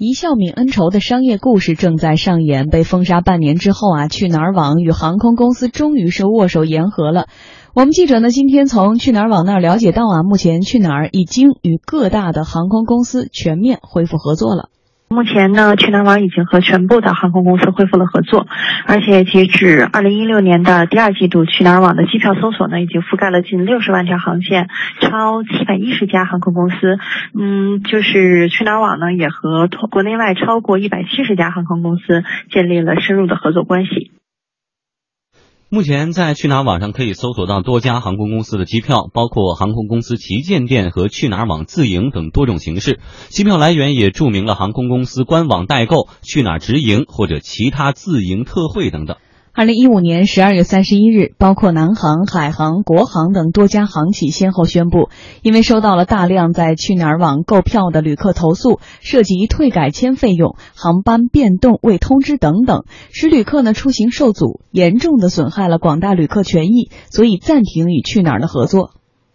一笑泯恩仇的商业故事正在上演。被封杀半年之后去哪儿网与航空公司终于是握手言和了。我们记者呢，今天从去哪儿网那儿了解到目前去哪儿已经与各大的航空公司全面恢复合作了。 目前呢，去哪儿网已经和全部的航空公司恢复了合作，而且截止2016年的第二季度，去哪儿网的机票搜索呢，已经覆盖了近60万条航线，超710家航空公司。就是去哪儿网呢，也和国内外超过170家航空公司建立了深入的合作关系。 目前在去哪儿网上可以搜索到多家航空公司的机票，包括航空公司旗舰店和去哪儿网自营等多种形式。机票来源也注明了航空公司官网代购、去哪儿直营或者其他自营特惠等等。 2015年12月31日，包括南航、海航、国航等多家航企先后宣布，因为收到了大量在去哪儿网购票的旅客投诉，涉及退改签费用、航班变动未通知等等，使旅客呢出行受阻，严重的损害了广大旅客权益，所以暂停与去哪儿的合作。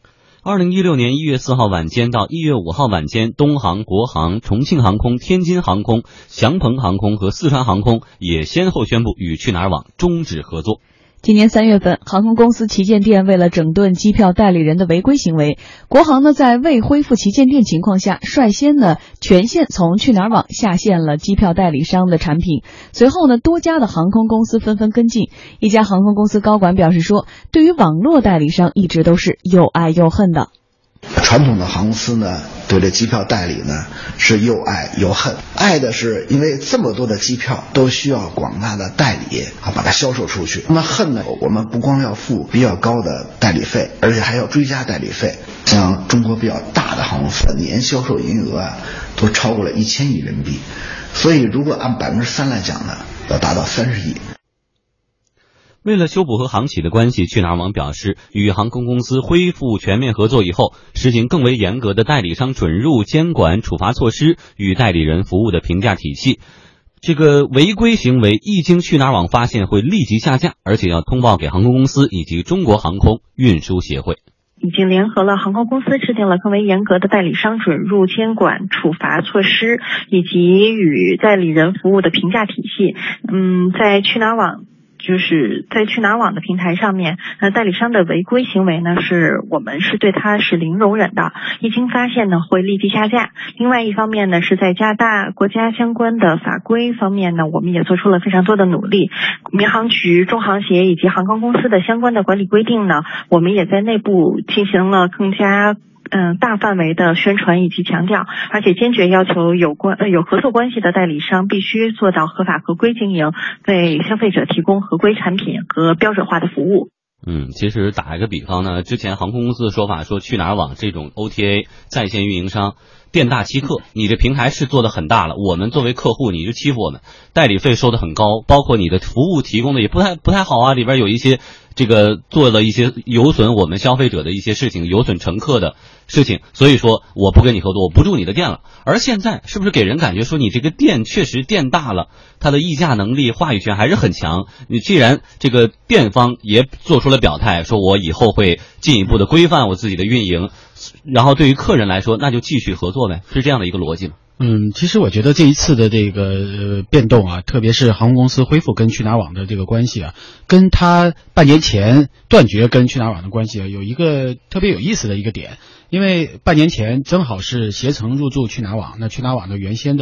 2016年1月4号晚间到1月5号晚间，东航、国航、重庆航空、天津航空、祥鹏航空和四川航空也先后宣布与去哪儿网终止合作。 今年3月份，航空公司旗舰店为了整顿机票代理人的违规行为，国航呢在未恢复旗舰店情况下，率先呢全线从去哪儿网下线了机票代理商的产品。随后呢，多家的航空公司纷纷跟进。一家航空公司高管表示说，对于网络代理商一直都是又爱又恨的。 传统的航空公司呢，对这机票代理呢是又爱又恨。爱的是因为这么多的机票都需要广大的代理把它销售出去。那么恨呢，我们不光要付比较高的代理费，而且还要追加代理费。像中国比较大的航空公司年销售营业额都超过了1000亿人民币，所以如果按3%来讲呢，要达到30亿。 为了修补和航企的关系，去哪儿网表示，与航空公司恢复全面合作以后，实行更为严格的代理商准入监管处罚措施与代理人服务的评价体系。这个违规行为一经去哪儿网发现，会立即下架，而且要通报给航空公司以及中国航空运输协会。 已经联合了航空公司制定了更为严格的代理商准入监管处罚措施，以及与代理人服务的评价体系。在去哪儿网的平台上面，代理商的违规行为呢，我们是对它是零容忍的，一经发现呢会立即下架。另外一方面呢，是在加大国家相关的法规方面呢，我们也做出了非常多的努力。民航局、中航协以及航空公司的相关的管理规定呢，我们也在内部进行了更加大范围的宣传以及强调，而且坚决要求有合作关系的代理商必须做到合法合规经营，为消费者提供合规产品和标准化的服务。 其实打一个比方呢，之前航空公司的说法说，去哪儿网这种 OTA 在线运营商店大欺客，你这平台是做的很大了，我们作为客户你就欺负我们，代理费收的很高，包括你的服务提供的也不太好啊，里边有一些做了一些有损我们消费者的一些事情，有损乘客的事情，所以说我不跟你合作，我不住你的店了。而现在是不是给人感觉说，你这个店确实店大了，它的议价能力、话语权还是很强，你既然这个店方也做出了表态，说我以后会进一步的规范我自己的运营，然后对于客人来说，那就继续合作呗，是这样的一个逻辑吗？ 其实我觉得这一次的这个变动特别是航空公司恢复跟去哪儿网的这个关系跟他半年前断绝跟去哪儿网的关系有一个特别有意思的一个点。因为半年前正好是携程入驻去哪儿网，那去哪儿网的原先的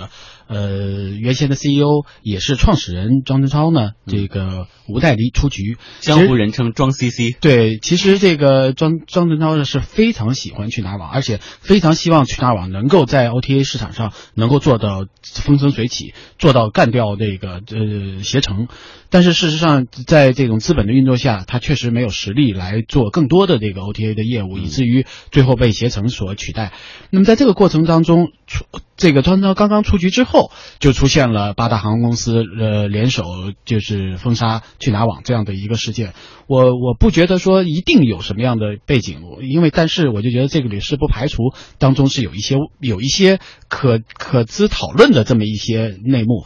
CEO 也是创始人庄真超呢，这个无代理出局， 江湖人称庄 CC。 对，其实这个庄真超呢是非常喜欢去哪儿网，而且非常希望去哪儿网能够在 OTA 市场上能够做到风生水起，做到干掉这个携程。但是事实上，在这种资本的运作下，他确实没有实力来做更多的这个 OTA 的业务，以至于最后被携程所取代。那么在这个过程当中，这个庄真超刚刚出局之后，就出现了8大航空公司联手就是封杀去哪儿网这样的一个事件。我不觉得说一定有什么样的背景，但是我就觉得这个里是不排除当中是有一些可资讨论的这么一些内幕。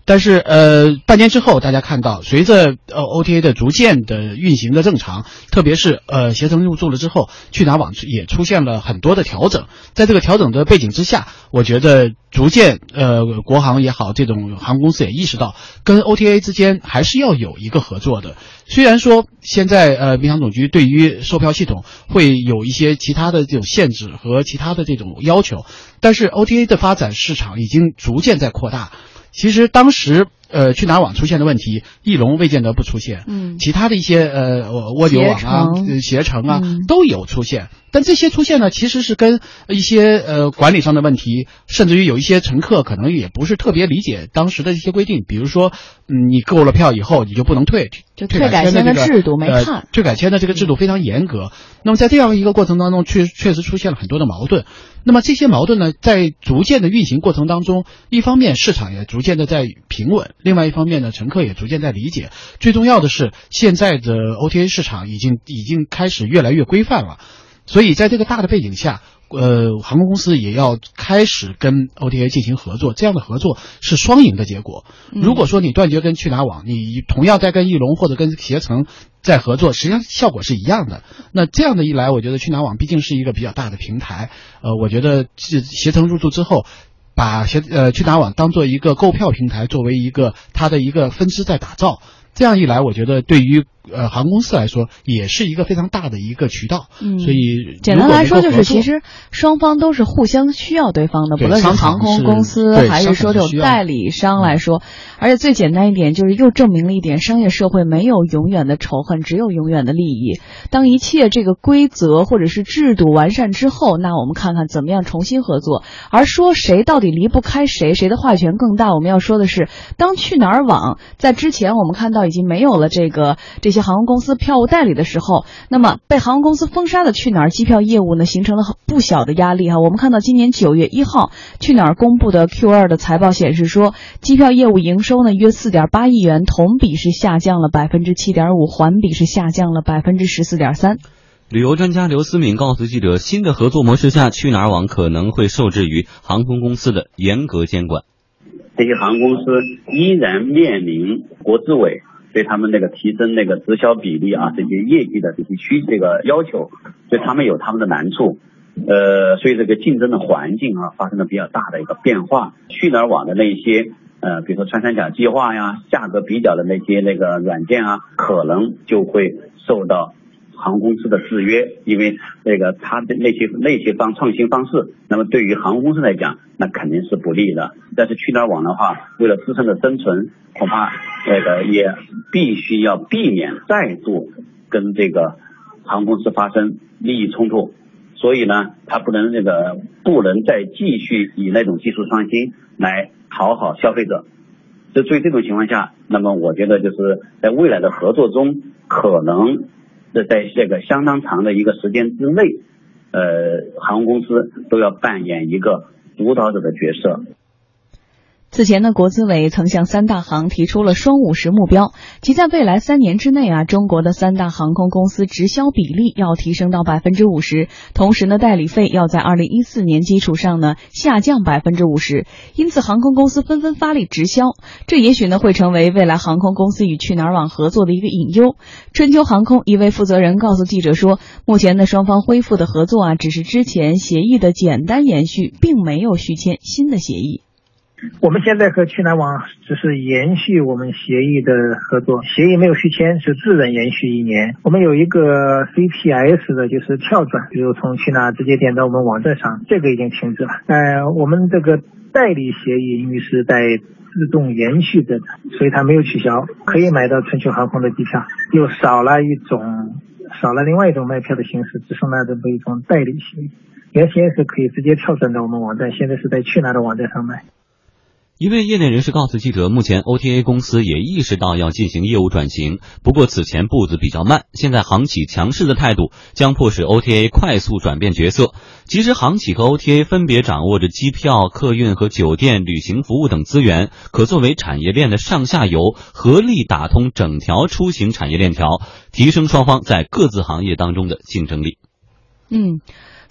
但是半年之后，大家看到随着OTA 的逐渐的运行的正常，特别是携程入驻了之后，去哪儿网也出现了很多的调整。在这个调整的背景之下，我觉得逐渐国航也好，这种航空公司也意识到跟 OTA 之间还是要有一个合作的。虽然说现在民航总局对于售票系统会有一些其他的这种限制和其他的这种要求，但是 OTA 的发展市场已经逐渐在扩大。其实当时去哪儿网出现的问题，翼龙未见得不出现，其他的一些蜗牛网啊、携程啊都有出现。但这些出现呢，其实是跟一些管理上的问题，甚至于有一些乘客可能也不是特别理解当时的一些规定，比如说你购了票以后你就不能退， 就退改签的制度没看， 退改签的这个制度非常严格。那么在这样一个过程当中，确实出现了很多的矛盾。那么这些矛盾呢，在逐渐的运行过程当中，一方面市场也逐渐的在平稳，另外一方面呢，乘客也逐渐在理解。最重要的是，现在的 OTA 市场已经开始越来越规范了。所以在这个大的背景下，航空公司也要开始跟 OTA 进行合作，这样的合作是双赢的结果。如果说你断绝跟去哪儿网，你同样在跟翼龙或者跟携程在合作，实际上效果是一样的。那这样的一来，我觉得去哪儿网毕竟是一个比较大的平台，我觉得携程入驻之后，把去哪儿网当做一个购票平台，作为一个它的一个分支在打造。这样一来，我觉得对于航空公司来说也是一个非常大的一个渠道。所以简单来说就是其实双方都是互相需要对方的，不论是航空公司还是说这种代理商来说。而且最简单一点就是又证明了一点，商业社会没有永远的仇恨，只有永远的利益。当一切这个规则或者是制度完善之后，那我们看看怎么样重新合作。而说谁到底离不开谁，谁的话语权更大，我们要说的是，当去哪儿网在之前我们看到已经没有了这些航空公司票务代理的时候，那么被航空公司封杀的去哪儿机票业务呢，形成了不小的压力哈。我们看到今年9月1号，去哪儿公布的 Q2 的财报显示说，机票业务营收呢约4.8亿元，同比是下降了 7.5%， 环比是下降了 14.3%。 旅游专家刘思敏告诉记者，新的合作模式下，去哪儿网可能会受制于航空公司的严格监管。 这些航空公司依然面临国资委对他们那个提升那个直销比例啊，这些业绩的这个要求，所以他们有他们的难处。所以这个竞争的环境啊发生了比较大的一个变化。去哪儿网的那些比如说穿山甲计划呀，价格比较的那些软件啊，可能就会受到航空公司的制约，因为它的那些创新方式，那么对于航空公司来讲，那肯定是不利的。但是去哪儿网的话，为了自身的生存，恐怕也必须要避免再度跟这个航空公司发生利益冲突。所以呢，它不能再继续以那种技术创新来讨好消费者。所以这种情况下，那么我觉得就是在未来的合作中，可能在这个相当长的一个时间之内，航空公司都要扮演一个主导者的角色。 此前呢，国资委曾向3大行提出了双50目标，即在未来3年之内啊，中国的3大航空公司直销比例要提升到 50%， 同时呢，代理费要在2014年基础上呢下降 50%， 因此航空公司纷纷发力直销，这也许呢会成为未来航空公司与去哪儿网合作的一个隐忧。春秋航空一位负责人告诉记者说，目前呢双方恢复的合作啊，只是之前协议的简单延续，并没有续签新的协议。 我们现在和去哪儿网只是延续我们协议的合作，协议没有续签，是自然延续1年。我们有一个 CPS 的，就是跳转，比如从去哪儿直接点到我们网站上，这个已经停止了。我们这个代理协议因为是在自动延续着的，所以它没有取消，可以买到春秋航空的机票，又少了另外一种卖票的形式，只剩下这么一种代理协议。原先是可以直接跳转到我们网站，现在是在去哪儿的网站上卖。 一位业内人士告诉记者，目前 OTA 公司也意识到要进行业务转型，不过此前步子比较慢，现在航企强势的态度将迫使 OTA 快速转变角色。其实航企和 OTA 分别掌握着机票、客运和酒店、旅行服务等资源，可作为产业链的上下游，合力打通整条出行产业链条，提升双方在各自行业当中的竞争力。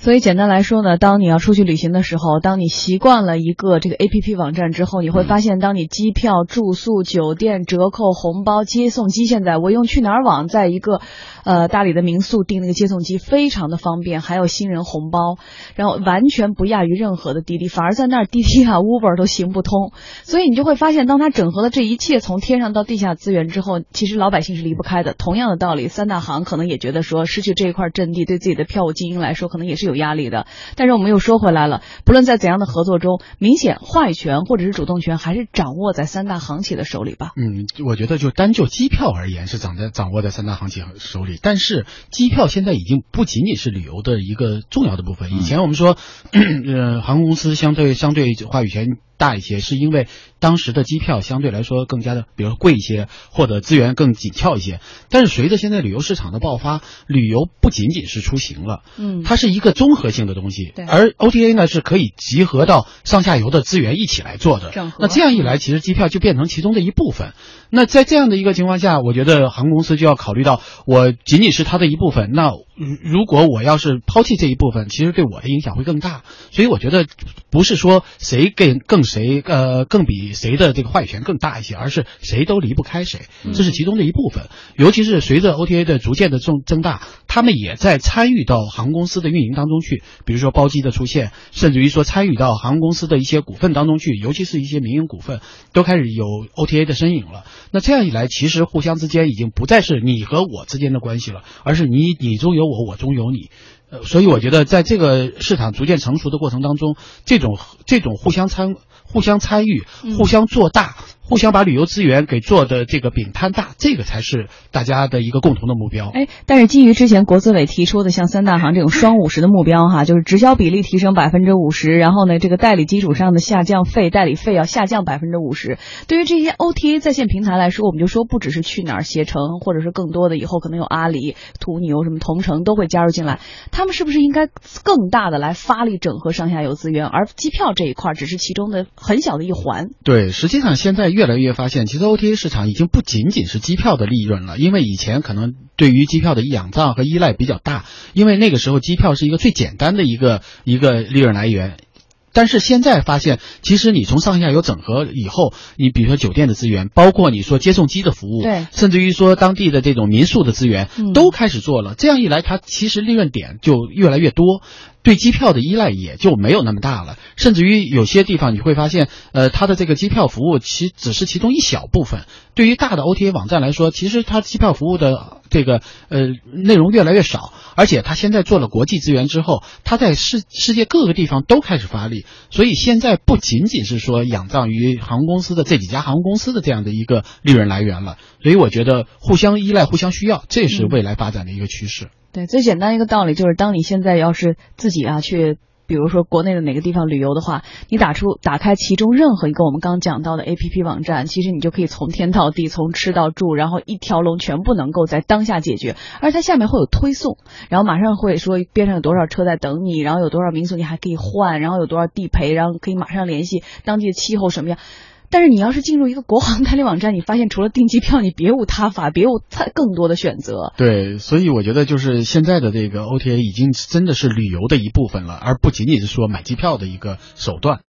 所以简单来说呢，当你要出去旅行的时候，当你习惯了一个这个 APP 网站之后，你会发现，当你机票、住宿、酒店、折扣、红包、接送机，现在我用去哪儿网在一个大理的民宿订那个接送机非常的方便，还有新人红包，然后完全不亚于任何的滴滴，反而在那儿滴滴啊 Uber 都行不通。所以你就会发现，当它整合了这一切从天上到地下资源之后，其实老百姓是离不开的。同样的道理，三大行可能也觉得说失去这一块阵地，对自己的票务经营来说可能也是有压力的。但是我们又说回来了，不论在怎样的合作中，明显话语权或者是主动权还是掌握在三大行企的手里吧。 我觉得就单就机票而言是掌握在三大行企手里，但是机票现在已经不仅仅是旅游的一个重要的部分。以前我们说航空公司相对话语权大一些，是因为当时的机票相对来说更加的比如说贵一些，或者资源更紧俏一些。但是随着现在旅游市场的爆发，旅游不仅仅是出行了，它是一个综合性的东西，而 OTA 呢是可以集合到上下游的资源一起来做的。那这样一来，其实机票就变成其中的一部分。那在这样的一个情况下，我觉得航空公司就要考虑到，我仅仅是它的一部分，那如果我要是抛弃这一部分，其实对我的影响会更大。所以我觉得不是说谁更比谁的这个话语权更大一些，而是谁都离不开谁，这是其中的一部分。尤其是随着 OTA 的逐渐的增大，他们也在参与到航空公司的运营当中去，比如说包机的出现，甚至于说参与到航空公司的一些股份当中去，尤其是一些民营股份都开始有 OTA 的身影了。那这样一来，其实互相之间已经不再是你和我之间的关系了，而是你中有我，我中有你。所以我觉得在这个市场逐渐成熟的过程当中，这种互相参与、互相做大、互相把旅游资源给做的这个饼摊大，这个才是大家的一个共同的目标。 但是基于之前国资委提出的像三大行这种双50的目标哈，就是直销比例提升50%，然后呢这个代理基础上的代理费要下降50%。对于这些 OTA 在线平台来说，我们就说不只是去哪儿携程，或者是更多的以后可能有阿里、途牛什么同城都会加入进来，他们是不是应该更大的来发力整合上下游资源，而机票这一块只是其中的很小的一环？ 对，实际上现在越来越发现，其实 OTA 市场已经不仅仅是机票的利润了，因为以前可能对于机票的仰仗和依赖比较大，因为那个时候机票是一个最简单的一个利润来源。但是现在发现，其实你从上下游整合以后，你比如说酒店的资源，包括你说接送机的服务， 对， 甚至于说当地的这种民宿的资源，都开始做了。这样一来，它其实利润点就越来越多，对机票的依赖也就没有那么大了。甚至于有些地方你会发现，它的这个机票服务其实只是其中一小部分。对于大的 OTA 网站来说，其实它机票服务的这个内容越来越少，而且它现在做了国际资源之后，它在世界各个地方都开始发力。所以现在不仅仅是说仰仗于航空公司的这几家航空公司的这样的一个利润来源了，所以我觉得互相依赖、互相需要，这是未来发展的一个趋势。 对，最简单一个道理就是，当你现在要是自己去比如说国内的哪个地方旅游的话，你打开其中任何一个我们刚讲到的 APP 网站，其实你就可以从天到地，从吃到住，然后一条龙全部能够在当下解决。而它下面会有推送，然后马上会说边上有多少车在等你，然后有多少民宿你还可以换，然后有多少地陪，然后可以马上联系当地的气候什么样。但是你要是进入一个国航代理网站，你发现除了订机票，你别无他法，别无更多的选择。 对，所以我觉得就是现在的这个 OTA 已经真的是旅游的一部分了，而不仅仅是说买机票的一个手段。